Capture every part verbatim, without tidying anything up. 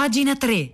Pagina tre.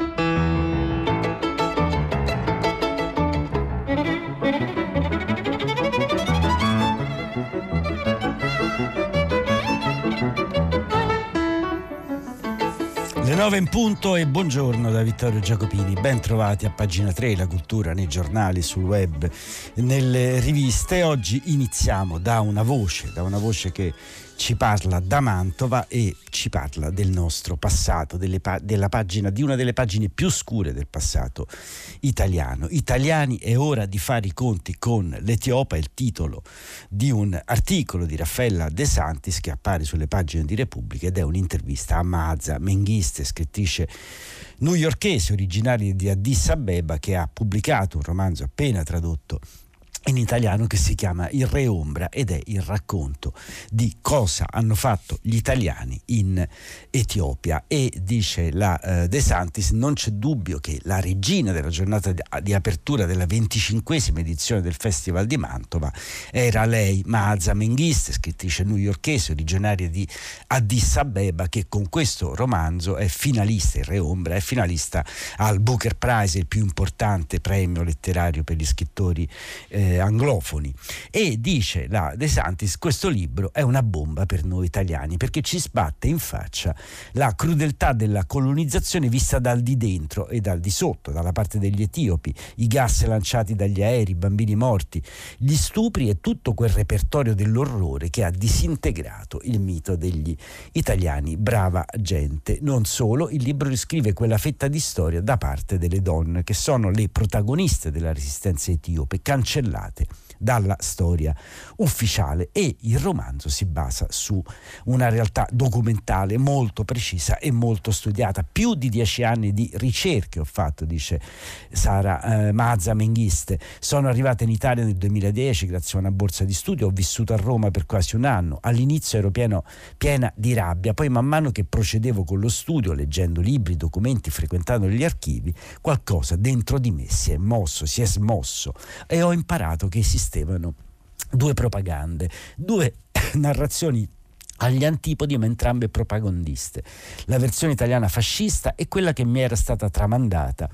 Le nove in punto e buongiorno da Vittorio Giacopini, ben trovati a Pagina tre, la cultura nei giornali, sul web, nelle riviste. Oggi iniziamo da una voce, da una voce che ci parla da Mantova e ci parla del nostro passato, delle pa- della pagina, di una delle pagine più scure del passato italiano. Italiani, è ora di fare i conti con l'Etiopia, il titolo di un articolo di Raffaella De Santis che appare sulle pagine di Repubblica ed è un'intervista a Maaza Mengistu, scrittrice newyorkese originaria di Addis Abeba, che ha pubblicato un romanzo appena tradotto in italiano che si chiama Il Re Ombra ed è il racconto di cosa hanno fatto gli italiani in Etiopia. E dice la uh, De Santis: non c'è dubbio che la regina della giornata di, di apertura della venticinquesima edizione del Festival di Mantova era lei, Maaza Mengistu, scrittrice newyorkese originaria di Addis Abeba, che con questo romanzo è finalista, Il Re Ombra è finalista al Booker Prize, il più importante premio letterario per gli scrittori eh, anglofoni. E dice la De Santis: questo libro è una bomba per noi italiani perché ci sbatte in faccia la crudeltà della colonizzazione vista dal di dentro e dal di sotto, dalla parte degli etiopi, i gas lanciati dagli aerei, i bambini morti, gli stupri e tutto quel repertorio dell'orrore che ha disintegrato il mito degli italiani, brava gente. Non solo, il libro riscrive quella fetta di storia da parte delle donne che sono le protagoniste della resistenza etiope, cancellate dalla storia ufficiale, e il romanzo si basa su una realtà documentale molto precisa e molto studiata. Più di dieci anni di ricerche ho fatto, dice Sara eh, Maaza Mengistu. Sono arrivata in Italia nel duemiladieci grazie a una borsa di studio, ho vissuto a Roma per quasi un anno. All'inizio ero pieno, piena di rabbia, poi man mano che procedevo con lo studio, leggendo libri, documenti, frequentando gli archivi, qualcosa dentro di me si è mosso, si è smosso e ho imparato che esistevano due propagande, due narrazioni agli antipodi ma entrambe propagandiste: la versione italiana fascista e quella che mi era stata tramandata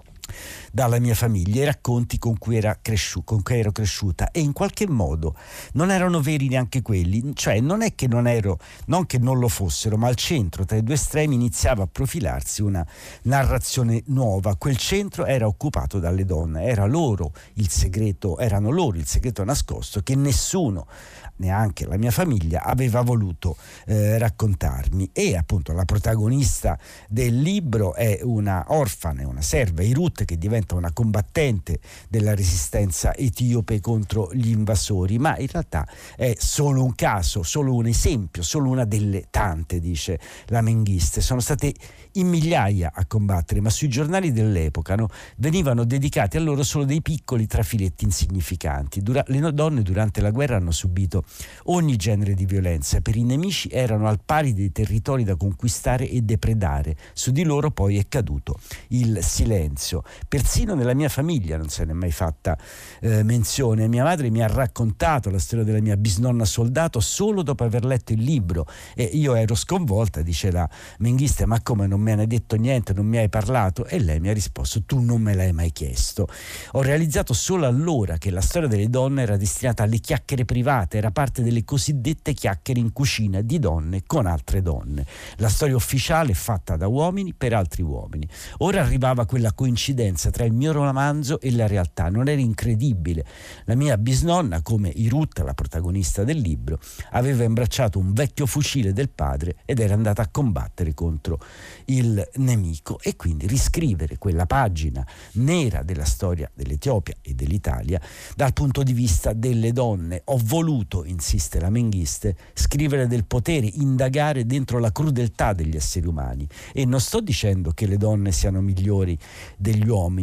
dalla mia famiglia, i racconti con cui, era cresciu- con cui ero cresciuta, e in qualche modo non erano veri neanche quelli. Cioè non è che non ero, non che non lo fossero, ma al centro tra i due estremi iniziava a profilarsi una narrazione nuova. Quel centro era occupato dalle donne, era loro il segreto, erano loro il segreto nascosto che nessuno, neanche la mia famiglia, aveva voluto eh, raccontarmi. E appunto la protagonista del libro è una orfana, una serva, Irut, che diventa una combattente della resistenza etiope contro gli invasori, ma in realtà è solo un caso, solo un esempio, solo una delle tante, dice la Mengistu. Sono state in migliaia a combattere, ma sui giornali dell'epoca no, venivano dedicati a loro solo dei piccoli trafiletti insignificanti. Dura- le donne durante la guerra hanno subito ogni genere di violenza, per i nemici erano al pari dei territori da conquistare e depredare, su di loro poi è caduto il silenzio. Persino nella mia famiglia non se n'è mai fatta eh, menzione. Mia madre mi ha raccontato la storia della mia bisnonna soldato solo dopo aver letto il libro e io ero sconvolta, dice la Mengistu: ma come, non mi hai detto niente, non mi hai parlato? E lei mi ha risposto: tu non me l'hai mai chiesto. Ho realizzato solo allora che la storia delle donne era destinata alle chiacchiere private, era parte delle cosiddette chiacchiere in cucina di donne con altre donne. La storia ufficiale è fatta da uomini per altri uomini. Ora arrivava quella coincidenza tra il mio romanzo e la realtà. Non era incredibile? La mia bisnonna, come Irut, la protagonista del libro, aveva imbracciato un vecchio fucile del padre ed era andata a combattere contro il nemico. E quindi riscrivere quella pagina nera della storia dell'Etiopia e dell'Italia dal punto di vista delle donne. Ho voluto, insiste la Mengistu, scrivere del potere, indagare dentro la crudeltà degli esseri umani, e non sto dicendo che le donne siano migliori degli uomini,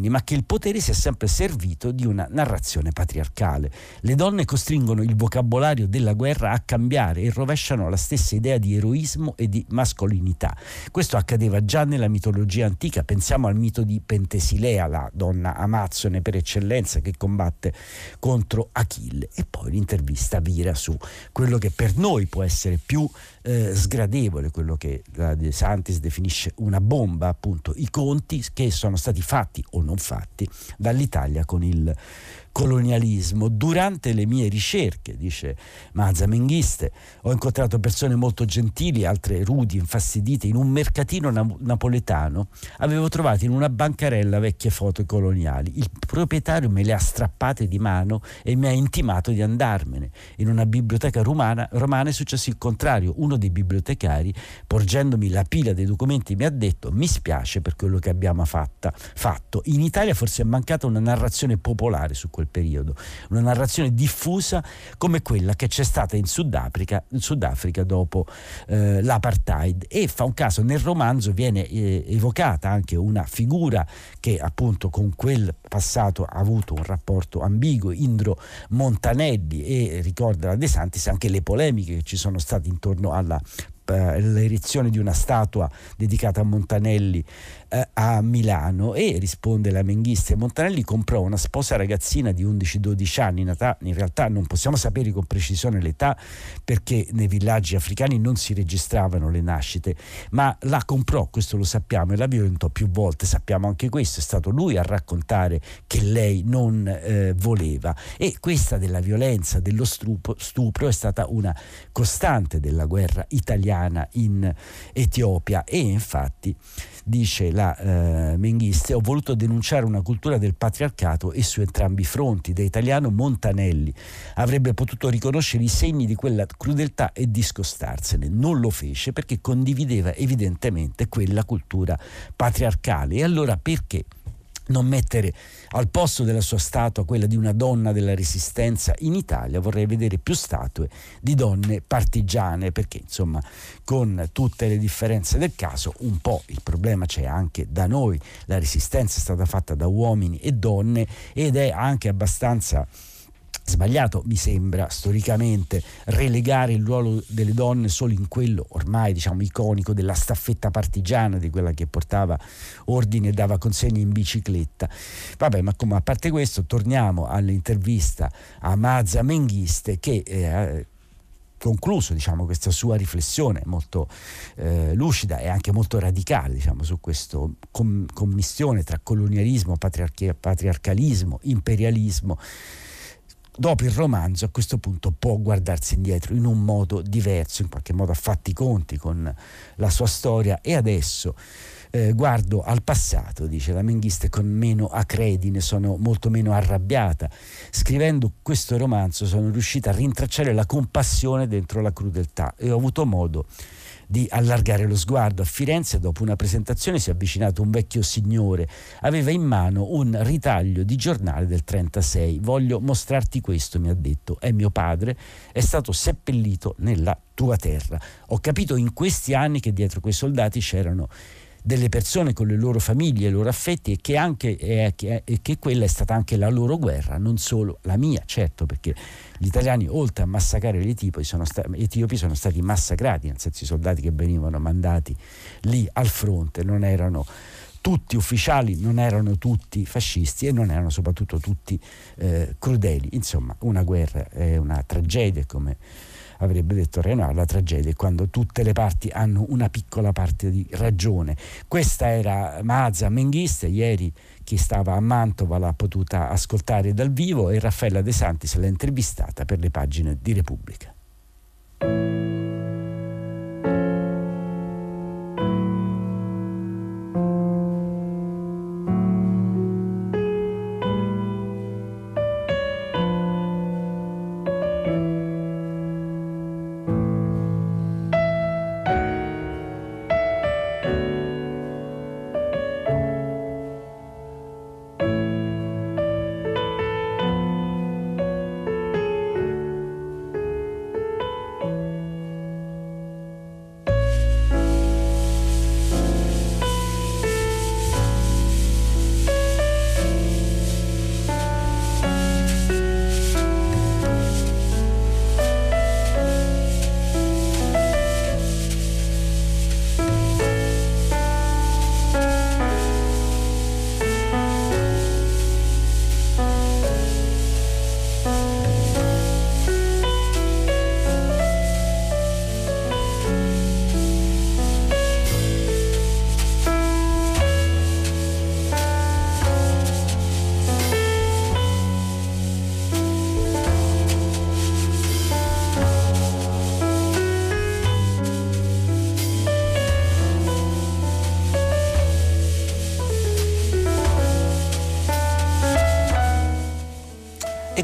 uomini, ma che il potere si è sempre servito di una narrazione patriarcale. Le donne costringono il vocabolario della guerra a cambiare e rovesciano la stessa idea di eroismo e di mascolinità. Questo accadeva già nella mitologia antica. Pensiamo al mito di Pentesilea, la donna amazzone per eccellenza che combatte contro Achille. E poi l'intervista vira su quello che per noi può essere più eh, sgradevole, quello che la De Santis definisce una bomba, appunto i conti che sono stati fatti o non fatti dall'Italia con il colonialismo. Durante le mie ricerche, dice Mazza Menghiste, ho incontrato persone molto gentili, altre rudi, infastidite. In un mercatino na- napoletano avevo trovato in una bancarella vecchie foto coloniali. Il proprietario me le ha strappate di mano e mi ha intimato di andarmene. In una biblioteca romana, romana è successo il contrario. Uno dei bibliotecari, porgendomi la pila dei documenti, mi ha detto: mi spiace per quello che abbiamo fatta, fatto. In Italia forse è mancata una narrazione popolare su quel periodo, una narrazione diffusa come quella che c'è stata in Sudafrica, in Sudafrica dopo eh, l'apartheid. E fa un caso, nel romanzo viene eh, evocata anche una figura che appunto con quel passato ha avuto un rapporto ambiguo, Indro Montanelli, e ricorda la De Santis anche le polemiche che ci sono state intorno alla l'erezione di una statua dedicata a Montanelli eh, a Milano. E risponde la Menghiste: Montanelli comprò una sposa ragazzina di undici dodici anni, nata, in realtà non possiamo sapere con precisione l'età perché nei villaggi africani non si registravano le nascite, ma la comprò, questo lo sappiamo, e la violentò più volte. Sappiamo anche questo, è stato lui a raccontare che lei non eh, voleva. E questa della violenza, dello stupro, stupro è stata una costante della guerra italiana in Etiopia. E infatti, dice la eh, Menghiste, ho voluto denunciare una cultura del patriarcato e su entrambi i fronti. Da italiano Montanelli avrebbe potuto riconoscere i segni di quella crudeltà e discostarsene. Non lo fece perché condivideva evidentemente quella cultura patriarcale. E allora perché non mettere al posto della sua statua quella di una donna della resistenza? In Italia vorrei vedere più statue di donne partigiane, perché insomma, con tutte le differenze del caso, un po' il problema c'è anche da noi. La resistenza è stata fatta da uomini e donne ed è anche abbastanza sbagliato, mi sembra, storicamente relegare il ruolo delle donne solo in quello ormai diciamo iconico della staffetta partigiana, di quella che portava ordini e dava consegne in bicicletta. Vabbè, ma come, a parte questo, torniamo all'intervista a Mazza Menghiste, che eh, concluso diciamo questa sua riflessione molto eh, lucida e anche molto radicale diciamo su questo com- commistione tra colonialismo, patriarchi- patriarcalismo, imperialismo. Dopo il romanzo, a questo punto, può guardarsi indietro in un modo diverso, in qualche modo ha fatti i conti con la sua storia, e adesso eh, guardo al passato, dice la Menghiste, con meno acredine, sono molto meno arrabbiata. Scrivendo questo romanzo sono riuscita a rintracciare la compassione dentro la crudeltà e ho avuto modo di allargare lo sguardo. A Firenze, dopo una presentazione, si è avvicinato un vecchio signore, aveva in mano un ritaglio di giornale del trentasei. Voglio mostrarti questo, mi ha detto, è mio padre, è stato seppellito nella tua terra. Ho capito in questi anni che dietro quei soldati c'erano delle persone con le loro famiglie, i loro affetti, e che anche eh, che, eh, che quella è stata anche la loro guerra, non solo la mia, certo, perché gli italiani, oltre a massacrare gli etiopi, sono, sta- etiopi, sono stati massacrati, nel senso i soldati che venivano mandati lì al fronte non erano tutti ufficiali, non erano tutti fascisti e non erano soprattutto tutti eh, crudeli. Insomma, una guerra è una tragedia, come avrebbe detto Renoir, la tragedia è quando tutte le parti hanno una piccola parte di ragione. Questa era Mazza Menghiste. Ieri chi stava a Mantova l'ha potuta ascoltare dal vivo e Raffaella De Santis l'ha intervistata per le pagine di Repubblica.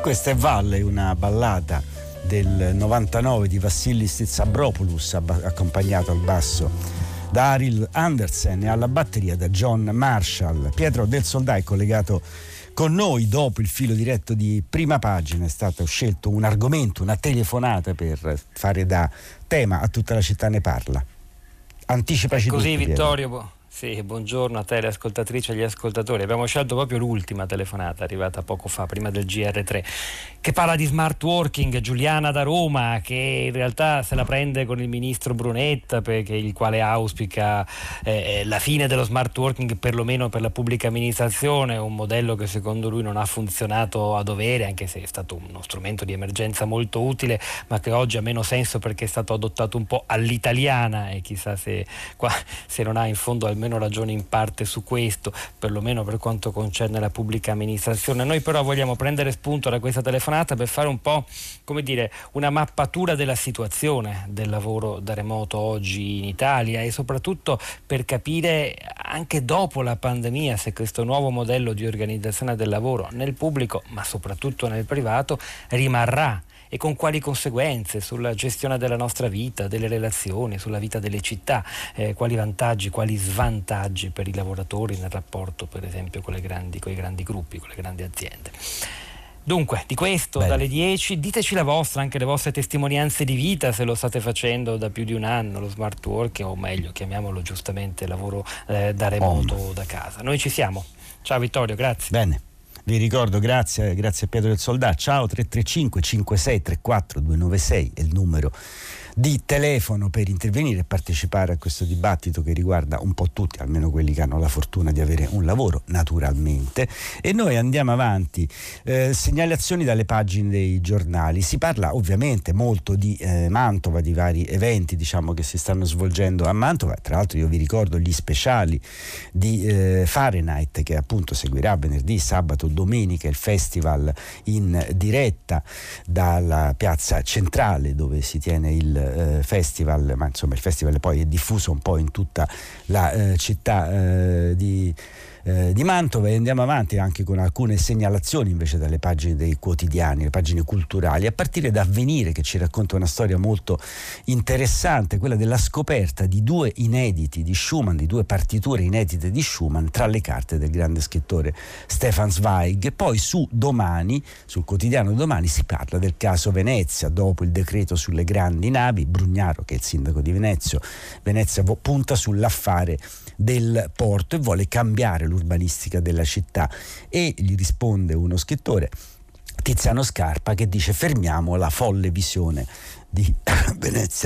questa è Valle, una ballata del novantanove di Vassilis Tsabropoulos, accompagnato al basso da Ariel Andersen e alla batteria da John Marshall. Pietro del Soldà è collegato con noi dopo il filo diretto di Prima Pagina. È stato scelto un argomento, una telefonata per fare da tema a Tutta la città ne parla. Anticipaci tutto, così, Vittorio. Pietro. Sì, buongiorno a te, le ascoltatrici e gli ascoltatori. Abbiamo scelto proprio l'ultima telefonata arrivata poco fa, prima del G R tre, che parla di smart working. Giuliana da Roma, che in realtà se la prende con il ministro Brunetta, perché il quale auspica eh, la fine dello smart working, perlomeno per la pubblica amministrazione, un modello che secondo lui non ha funzionato a dovere, anche se è stato uno strumento di emergenza molto utile, ma che oggi ha meno senso perché è stato adottato un po' all'italiana, e chissà se, qua, se non ha in fondo almeno ragione in parte su questo, perlomeno per quanto concerne la pubblica amministrazione. Noi però vogliamo prendere spunto da questa telefonata per fare un po', come dire, una mappatura della situazione del lavoro da remoto oggi in Italia, e soprattutto per capire anche dopo la pandemia se questo nuovo modello di organizzazione del lavoro nel pubblico, ma soprattutto nel privato, rimarrà, e con quali conseguenze sulla gestione della nostra vita, delle relazioni, sulla vita delle città, eh, quali vantaggi, quali svantaggi per i lavoratori nel rapporto, per esempio, con le grandi, con i grandi gruppi, con le grandi aziende. Dunque, di questo Bene. dalle dieci, diteci la vostra, anche le vostre testimonianze di vita, se lo state facendo da più di un anno, lo smart working, o meglio, chiamiamolo giustamente lavoro eh, da remoto o da casa. Noi ci siamo. Ciao Vittorio, grazie. Bene. Vi ricordo, grazie, grazie a Pietro del Soldà. Ciao, tre tre cinque cinque sei tre quattro due nove sei è il numero di telefono per intervenire e partecipare a questo dibattito che riguarda un po' tutti, almeno quelli che hanno la fortuna di avere un lavoro, naturalmente. E noi andiamo avanti. Eh, segnalazioni dalle pagine dei giornali. Si parla ovviamente molto di eh, Mantova, di vari eventi, diciamo, che si stanno svolgendo a Mantova. Tra l'altro io vi ricordo gli speciali di eh, Fahrenheit, che appunto seguirà venerdì, sabato, domenica, il festival in diretta dalla piazza centrale dove si tiene il eh, festival, ma insomma il festival poi è diffuso un po' in tutta la eh, città eh, di Eh, di Mantova. E andiamo avanti anche con alcune segnalazioni invece dalle pagine dei quotidiani, le pagine culturali, a partire da Avvenire, che ci racconta una storia molto interessante, quella della scoperta di due inediti di Schumann, di due partiture inedite di Schumann tra le carte del grande scrittore Stefan Zweig. Poi su Domani, sul quotidiano Domani, si parla del caso Venezia. Dopo il decreto sulle grandi navi, Brugnaro, che è il sindaco di Venezia, Venezia punta sull'affare del porto e vuole cambiare l'urbanistica della città, e gli risponde uno scrittore, Tiziano Scarpa, che dice: fermiamo la folle visione di Venezia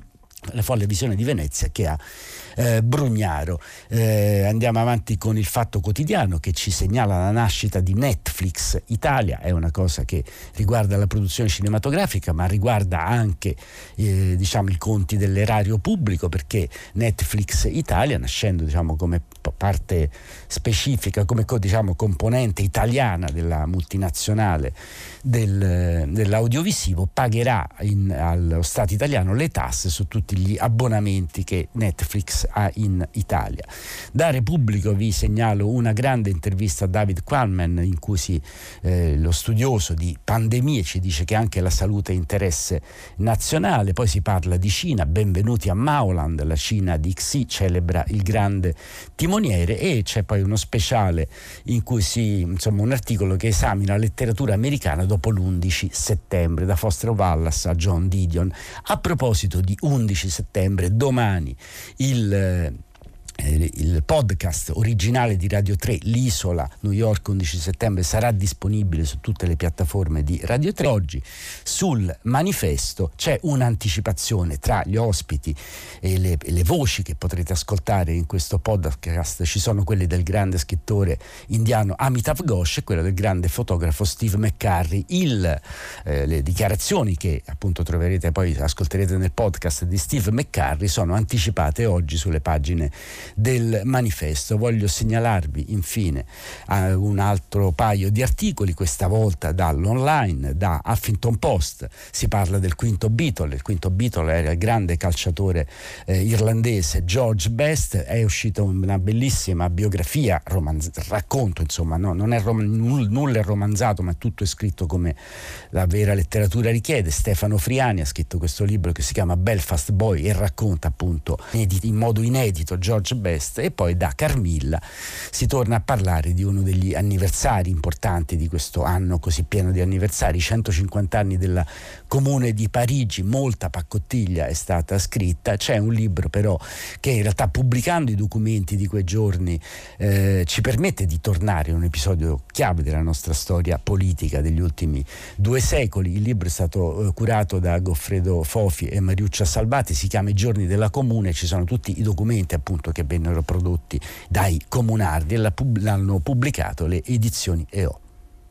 la folle visione di Venezia che ha eh, Brugnaro. Eh, andiamo avanti con il Fatto Quotidiano, che ci segnala la nascita di Netflix Italia. È una cosa che riguarda la produzione cinematografica, ma riguarda anche eh, diciamo i conti dell'erario pubblico, perché Netflix Italia, nascendo diciamo come parte specifica, come diciamo componente italiana della multinazionale del, dell'audiovisivo, pagherà in, allo Stato italiano le tasse su tutti gli abbonamenti che Netflix ha in Italia. Da Repubblico vi segnalo una grande intervista a David Quammen, in cui si, eh, lo studioso di pandemie ci dice che anche la salute è interesse nazionale. Poi si parla di Cina, benvenuti a Mauland, la Cina di Xi celebra il grande timoniere, e c'è poi uno speciale in cui si, insomma, un articolo che esamina la letteratura americana dopo l'undici settembre, da Foster Wallace a John Didion. A proposito di undici settembre, domani il eh, il podcast originale di Radio tre, L'Isola New York undici settembre, sarà disponibile su tutte le piattaforme di Radio tre. Oggi sul Manifesto c'è un'anticipazione tra gli ospiti e le, e le voci che potrete ascoltare in questo podcast. Ci sono quelle del grande scrittore indiano Amitav Ghosh e quella del grande fotografo Steve McCurry. Il, eh, le dichiarazioni che appunto troverete, poi ascolterete nel podcast di Steve McCurry, sono anticipate oggi sulle pagine del manifesto. Voglio segnalarvi infine eh, un altro paio di articoli, questa volta dall'online, da Huffington Post. Si parla del quinto Beatle. Il quinto Beatle era il grande calciatore eh, irlandese George Best. È uscita una bellissima biografia, romanz- racconto insomma, no? non è rom- null- nulla è romanzato, ma tutto è scritto come la vera letteratura richiede. Stefano Friani ha scritto questo libro che si chiama Belfast Boy e racconta appunto in modo inedito George Best. E poi da Carmilla si torna a parlare di uno degli anniversari importanti di questo anno così pieno di anniversari, i centocinquanta anni della Comune di Parigi. Molta paccottiglia è stata scritta. C'è un libro però che in realtà, pubblicando i documenti di quei giorni, eh, ci permette di tornare a un episodio chiave della nostra storia politica degli ultimi due secoli. Il libro è stato eh, curato da Goffredo Fofi e Mariuccia Salvati, si chiama I giorni della Comune. Ci sono tutti i documenti appunto che vennero prodotti dai comunardi e la pub- l'hanno pubblicato le edizioni E O.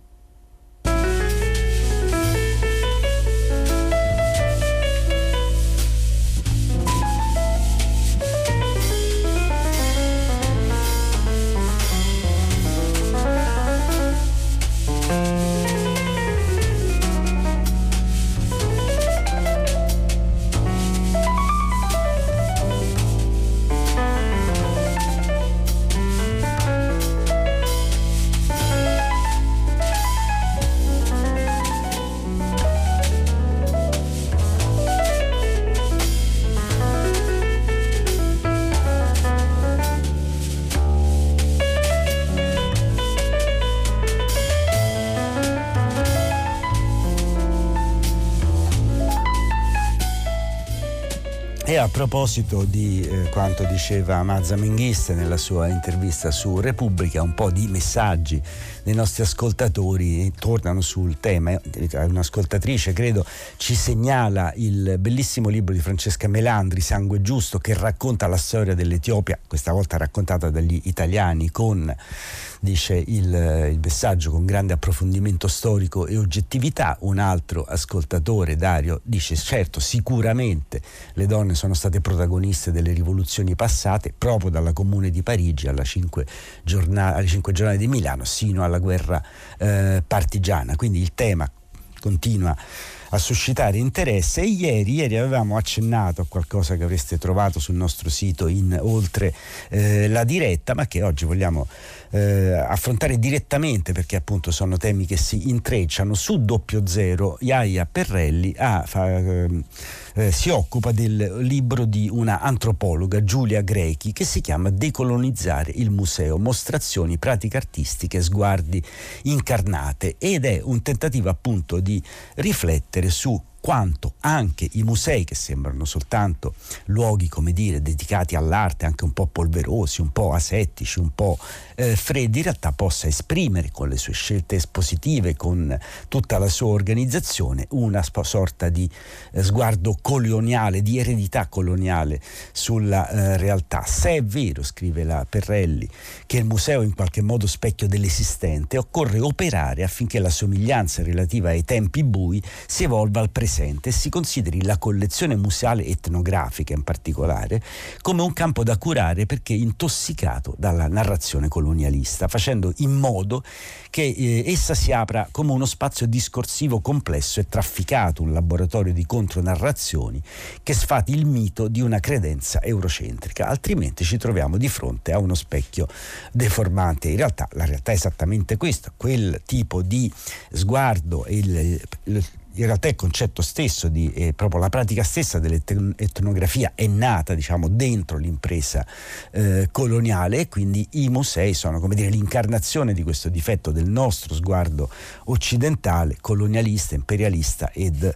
E a proposito di eh, quanto diceva Mazza Menghiste nella sua intervista su Repubblica, un po' di messaggi dei nostri ascoltatori tornano sul tema. Un'ascoltatrice, credo, ci segnala il bellissimo libro di Francesca Melandri, Sangue Giusto, che racconta la storia dell'Etiopia, questa volta raccontata dagli italiani con, dice il, il messaggio, con grande approfondimento storico e oggettività. Un altro ascoltatore, Dario, dice certo, sicuramente le donne sono state protagoniste delle rivoluzioni passate, proprio dalla Comune di Parigi alla cinque giornate, alle cinque giornate di Milano sino alla guerra eh, partigiana. Quindi il tema continua a suscitare interesse. E ieri, ieri avevamo accennato a qualcosa che avreste trovato sul nostro sito in oltre eh, la diretta, ma che oggi vogliamo eh, affrontare direttamente, perché appunto sono temi che si intrecciano. Su Doppio Zero, Iaia Perrelli ha, fa, eh, eh, si occupa del libro di una antropologa, Giulia Grechi, che si chiama Decolonizzare il museo, mostrazioni, pratiche artistiche, sguardi incarnate, ed è un tentativo appunto di riflettere su quanto anche i musei, che sembrano soltanto luoghi, come dire, dedicati all'arte, anche un po' polverosi, un po' asettici, un po' eh, freddi, in realtà possa esprimere con le sue scelte espositive, con tutta la sua organizzazione, una sp- sorta di eh, sguardo coloniale, di eredità coloniale sulla eh, realtà. Se è vero, scrive la Perrelli, che il museo è in qualche modo specchio dell'esistente, occorre operare affinché la somiglianza relativa ai tempi bui si evolva al presente e si consideri la collezione museale etnografica in particolare come un campo da curare, perché intossicato dalla narrazione colonialista, facendo in modo che eh, essa si apra come uno spazio discorsivo complesso e trafficato, un laboratorio di contronarrazioni che sfati il mito di una credenza eurocentrica, altrimenti ci troviamo di fronte a uno specchio deformante. In realtà la realtà è esattamente questo, quel tipo di sguardo e il, il in realtà il concetto stesso di eh, proprio la pratica stessa dell'etnografia è nata, diciamo, dentro l'impresa eh, coloniale, e quindi i musei sono, come dire, l'incarnazione di questo difetto del nostro sguardo occidentale, colonialista, imperialista ed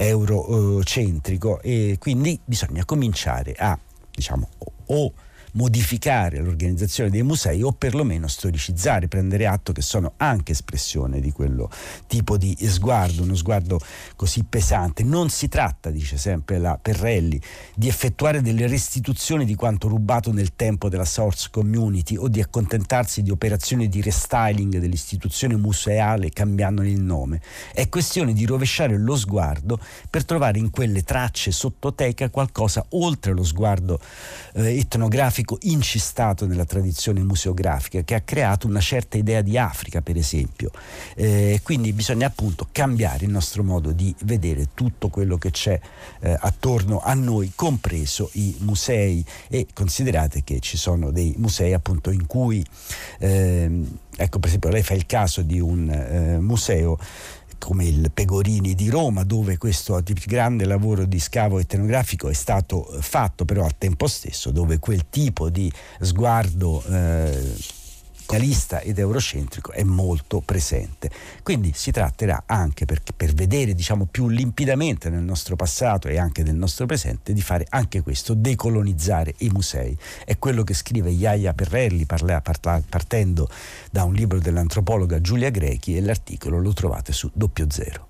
eurocentrico, e quindi bisogna cominciare a, diciamo, o modificare l'organizzazione dei musei o perlomeno storicizzare, prendere atto che sono anche espressione di quello tipo di sguardo, uno sguardo così pesante. Non si tratta, dice sempre la Perrelli, di effettuare delle restituzioni di quanto rubato nel tempo dalla source community o di accontentarsi di operazioni di restyling dell'istituzione museale cambiandone il nome. È questione di rovesciare lo sguardo per trovare in quelle tracce sottoteca qualcosa oltre lo sguardo eh, etnografico etnografico incistato nella tradizione museografica, che ha creato una certa idea di Africa, per esempio. Eh, quindi bisogna appunto cambiare il nostro modo di vedere tutto quello che c'è eh, attorno a noi, compreso i musei. E considerate che ci sono dei musei appunto in cui ehm, ecco, per esempio, lei fa il caso di un eh, museo come il Pegorini di Roma, dove questo grande lavoro di scavo etnografico è stato fatto, però al tempo stesso dove quel tipo di sguardo eh, realista ed eurocentrico è molto presente. Quindi si tratterà anche, per, per vedere diciamo più limpidamente nel nostro passato e anche nel nostro presente, di fare anche questo, decolonizzare i musei. È quello che scrive Iaia Perrelli parla, parla, partendo da un libro dell'antropologa Giulia Grechi, e l'articolo lo trovate su Doppio Zero.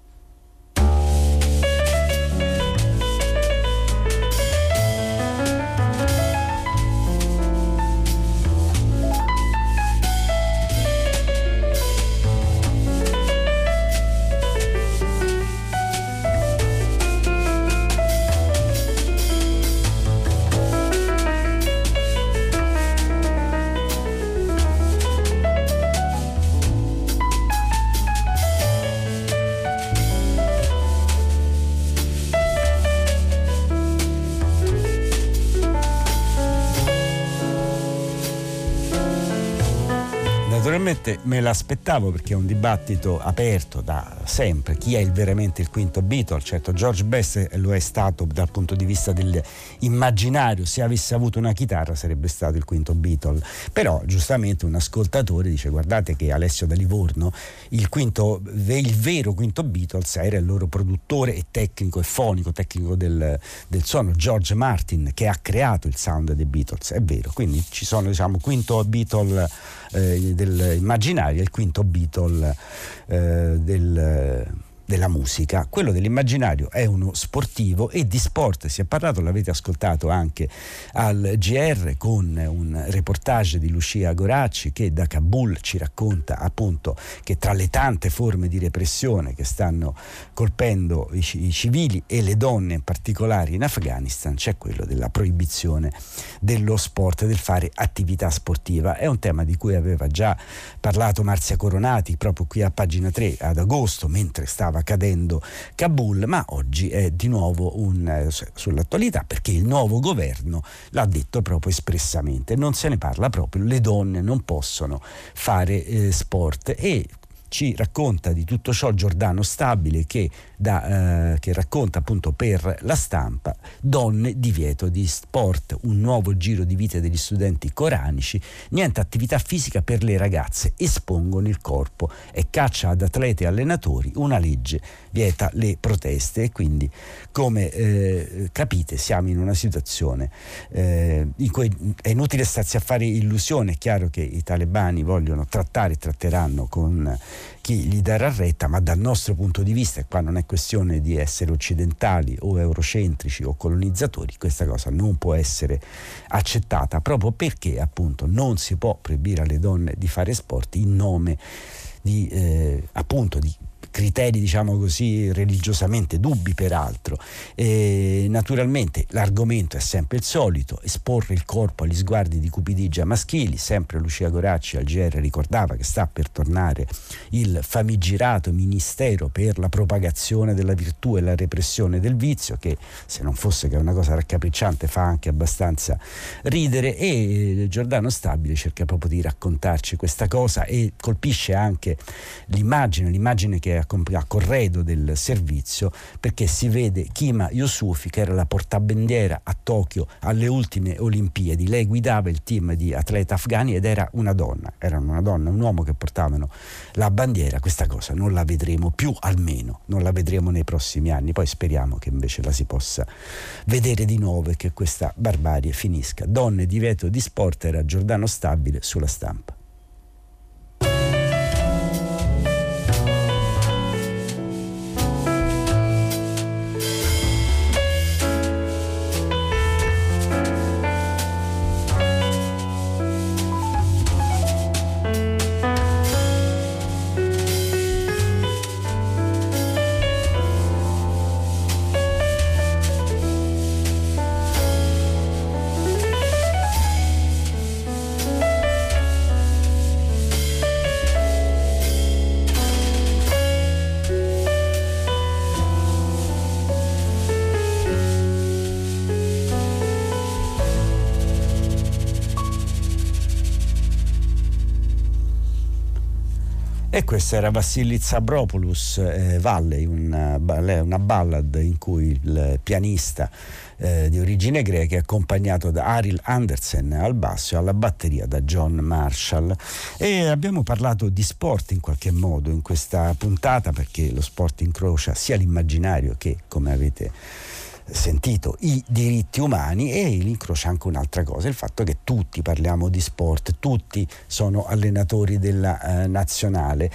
Naturalmente me l'aspettavo, perché è un dibattito aperto da sempre. Chi è il, veramente il quinto Beatle? Certo, George Best lo è stato dal punto di vista dell'immaginario. Se avesse avuto una chitarra sarebbe stato il quinto Beatle. Però giustamente un ascoltatore dice: guardate che Alessio da Livorno, il quinto, il vero quinto Beatles era il loro produttore e tecnico e fonico, tecnico del, del suono, George Martin, che ha creato il sound dei Beatles. È vero, quindi ci sono, diciamo, quinto Beatle eh, dell'immaginario e il quinto Beatle eh, del della musica. Quello dell'immaginario è uno sportivo, e di sport si è parlato, l'avete ascoltato anche al G R con un reportage di Lucia Goracci, che da Kabul ci racconta appunto che tra le tante forme di repressione che stanno colpendo i, i civili e le donne in particolare in Afghanistan c'è quello della proibizione dello sport, del fare attività sportiva. È un tema di cui aveva già parlato Marzia Coronati proprio qui a Pagina tre ad agosto, mentre stava cadendo Kabul, ma oggi è di nuovo un, eh, sull'attualità, perché il nuovo governo l'ha detto proprio espressamente, non se ne parla proprio, le donne non possono fare eh, sport. E ci racconta di tutto ciò Giordano Stabile, che, da, eh, che racconta appunto per La Stampa: donne, divieto di sport, un nuovo giro di vite degli studenti coranici, niente attività fisica per le ragazze, espongono il corpo, e caccia ad atleti e allenatori, una legge vieta le proteste. E quindi, come eh, capite, siamo in una situazione eh, in cui è inutile starsi a fare illusioni. È chiaro che i talebani vogliono trattare e tratteranno con chi gli darà retta, ma dal nostro punto di vista, e qua non è questione di essere occidentali o eurocentrici o colonizzatori, questa cosa non può essere accettata, proprio perché appunto non si può proibire alle donne di fare sport in nome di eh, appunto di criteri, diciamo così, religiosamente dubbi peraltro. E naturalmente l'argomento è sempre il solito: esporre il corpo agli sguardi di cupidigia maschili. Sempre Lucia Goracci al G R ricordava che sta per tornare il famigerato Ministero per la propagazione della virtù e la repressione del vizio, che, se non fosse che è una cosa raccapricciante, fa anche abbastanza ridere. E Giordano Stabile cerca proprio di raccontarci questa cosa, e colpisce anche l'immagine l'immagine che a corredo del servizio, perché si vede Kima Yosufi, che era la portabandiera a Tokyo alle ultime Olimpiadi. Lei guidava il team di atleti afghani ed era una donna, erano una donna e un uomo che portavano la bandiera. Questa cosa non la vedremo più, almeno non la vedremo nei prossimi anni. Poi speriamo che invece la si possa vedere di nuovo e che questa barbarie finisca. Donne, divieto di sport, era Giordano Stabile sulla Stampa. E questa era Vassilis Stavropoulos, eh, Valley, una, una ballad in cui il pianista eh, di origine greca è accompagnato da Arild Andersen al basso e alla batteria da John Marshall. E abbiamo parlato di sport in qualche modo in questa puntata, perché lo sport incrocia sia l'immaginario che, come avete sentito, i diritti umani, e incrocia anche un'altra cosa, il fatto che tutti parliamo di sport, tutti sono allenatori della eh, nazionale,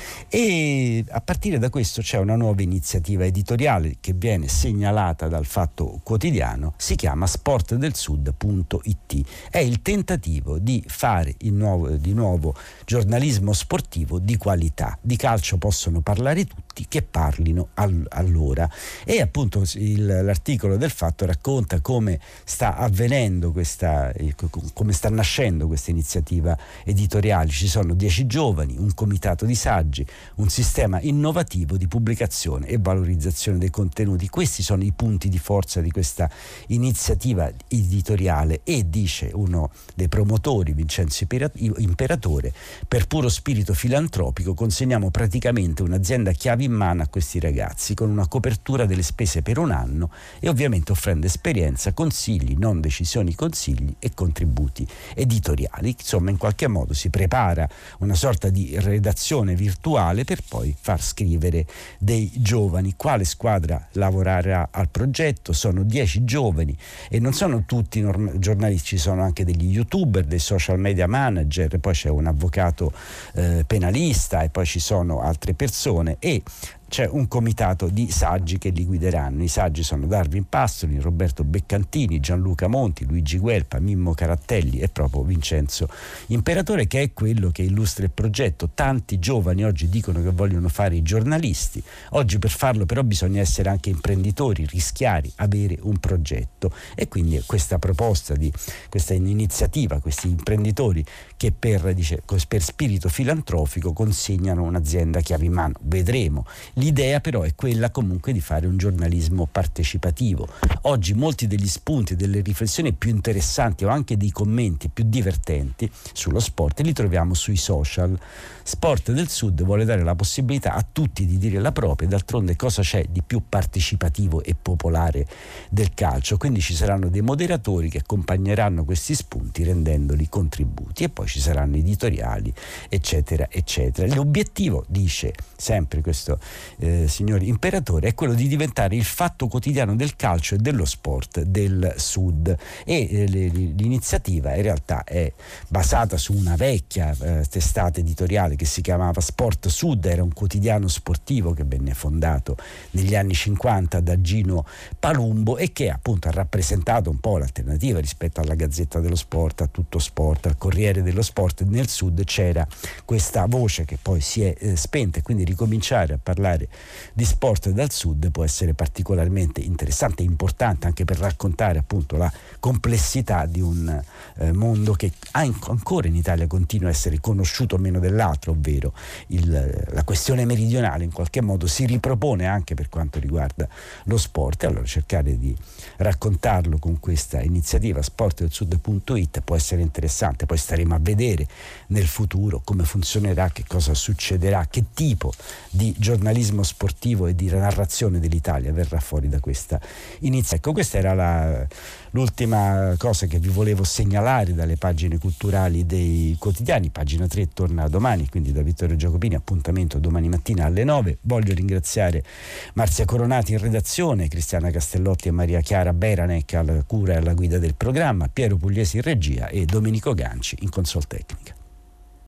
e a partire da questo c'è una nuova iniziativa editoriale che viene segnalata dal Fatto Quotidiano, si chiama sport del sud punto it. È il tentativo di fare il nuovo, di nuovo giornalismo sportivo di qualità. Di calcio possono parlare tutti, che parlino all- allora. E appunto il, l'articolo del Fatto racconta come sta avvenendo questa, come sta nascendo questa iniziativa editoriale. Ci sono dieci giovani, un comitato di saggi, un sistema innovativo di pubblicazione e valorizzazione dei contenuti. Questi sono i punti di forza di questa iniziativa editoriale, e dice uno dei promotori, Vincenzo Imperatore: per puro spirito filantropico consegniamo praticamente un'azienda chiave in mano a questi ragazzi, con una copertura delle spese per un anno e ovviamente offrendo esperienza, consigli, non decisioni, consigli e contributi editoriali. Insomma, in qualche modo si prepara una sorta di redazione virtuale per poi far scrivere dei giovani. Quale squadra lavorerà al progetto? Sono dieci giovani, e non sono tutti norm- giornalisti, ci sono anche degli youtuber, dei social media manager, poi c'è un avvocato eh, penalista, e poi ci sono altre persone, e c'è un comitato di saggi che li guideranno. I saggi sono Darwin Pastoli, Roberto Beccantini, Gianluca Monti, Luigi Guelpa, Mimmo Carattelli e proprio Vincenzo Imperatore, che è quello che illustra il progetto. Tanti giovani oggi dicono che vogliono fare i giornalisti. Oggi per farlo però bisogna essere anche imprenditori, rischiare, avere un progetto, e quindi questa proposta di questa iniziativa, questi imprenditori che per, dice, per spirito filantropico consegnano un'azienda chiave in mano. Vedremo. L'idea però è quella comunque di fare un giornalismo partecipativo. Oggi molti degli spunti, delle riflessioni più interessanti o anche dei commenti più divertenti sullo sport li troviamo sui social. Sport del Sud vuole dare la possibilità a tutti di dire la propria, e d'altronde cosa c'è di più partecipativo e popolare del calcio? Quindi ci saranno dei moderatori che accompagneranno questi spunti rendendoli contributi, e poi ci saranno editoriali, eccetera, eccetera. L'obiettivo, dice sempre questo Eh, signor Imperatore, è quello di diventare il fatto quotidiano del calcio e dello sport del Sud, e eh, l'iniziativa in realtà è basata su una vecchia eh, testata editoriale che si chiamava Sport Sud. Era un quotidiano sportivo che venne fondato negli anni cinquanta da Gino Palumbo, e che appunto ha rappresentato un po' l'alternativa rispetto alla Gazzetta dello Sport, a Tutto Sport, al Corriere dello Sport. Nel Sud c'era questa voce che poi si è eh, spenta, e quindi ricominciare a parlare di sport dal Sud può essere particolarmente interessante e importante anche per raccontare appunto la complessità di un eh, mondo che ancora in Italia continua a essere conosciuto meno dell'altro, ovvero il, la questione meridionale in qualche modo si ripropone anche per quanto riguarda lo sport. E allora cercare di raccontarlo con questa iniziativa sport del sud punto it può essere interessante. Poi staremo a vedere nel futuro come funzionerà, che cosa succederà, che tipo di giornalismo sportivo e di narrazione dell'Italia verrà fuori da questa iniziativa. Ecco, questa era la, l'ultima cosa che vi volevo segnalare dalle pagine culturali dei quotidiani. Pagina tre torna domani, quindi da Vittorio Giacopini, appuntamento domani mattina alle nove. Voglio ringraziare Marzia Coronati in redazione, Cristiana Castellotti e Maria Chiara Beranec alla cura e alla guida del programma, Piero Pugliesi in regia e Domenico Ganci in console tecnica.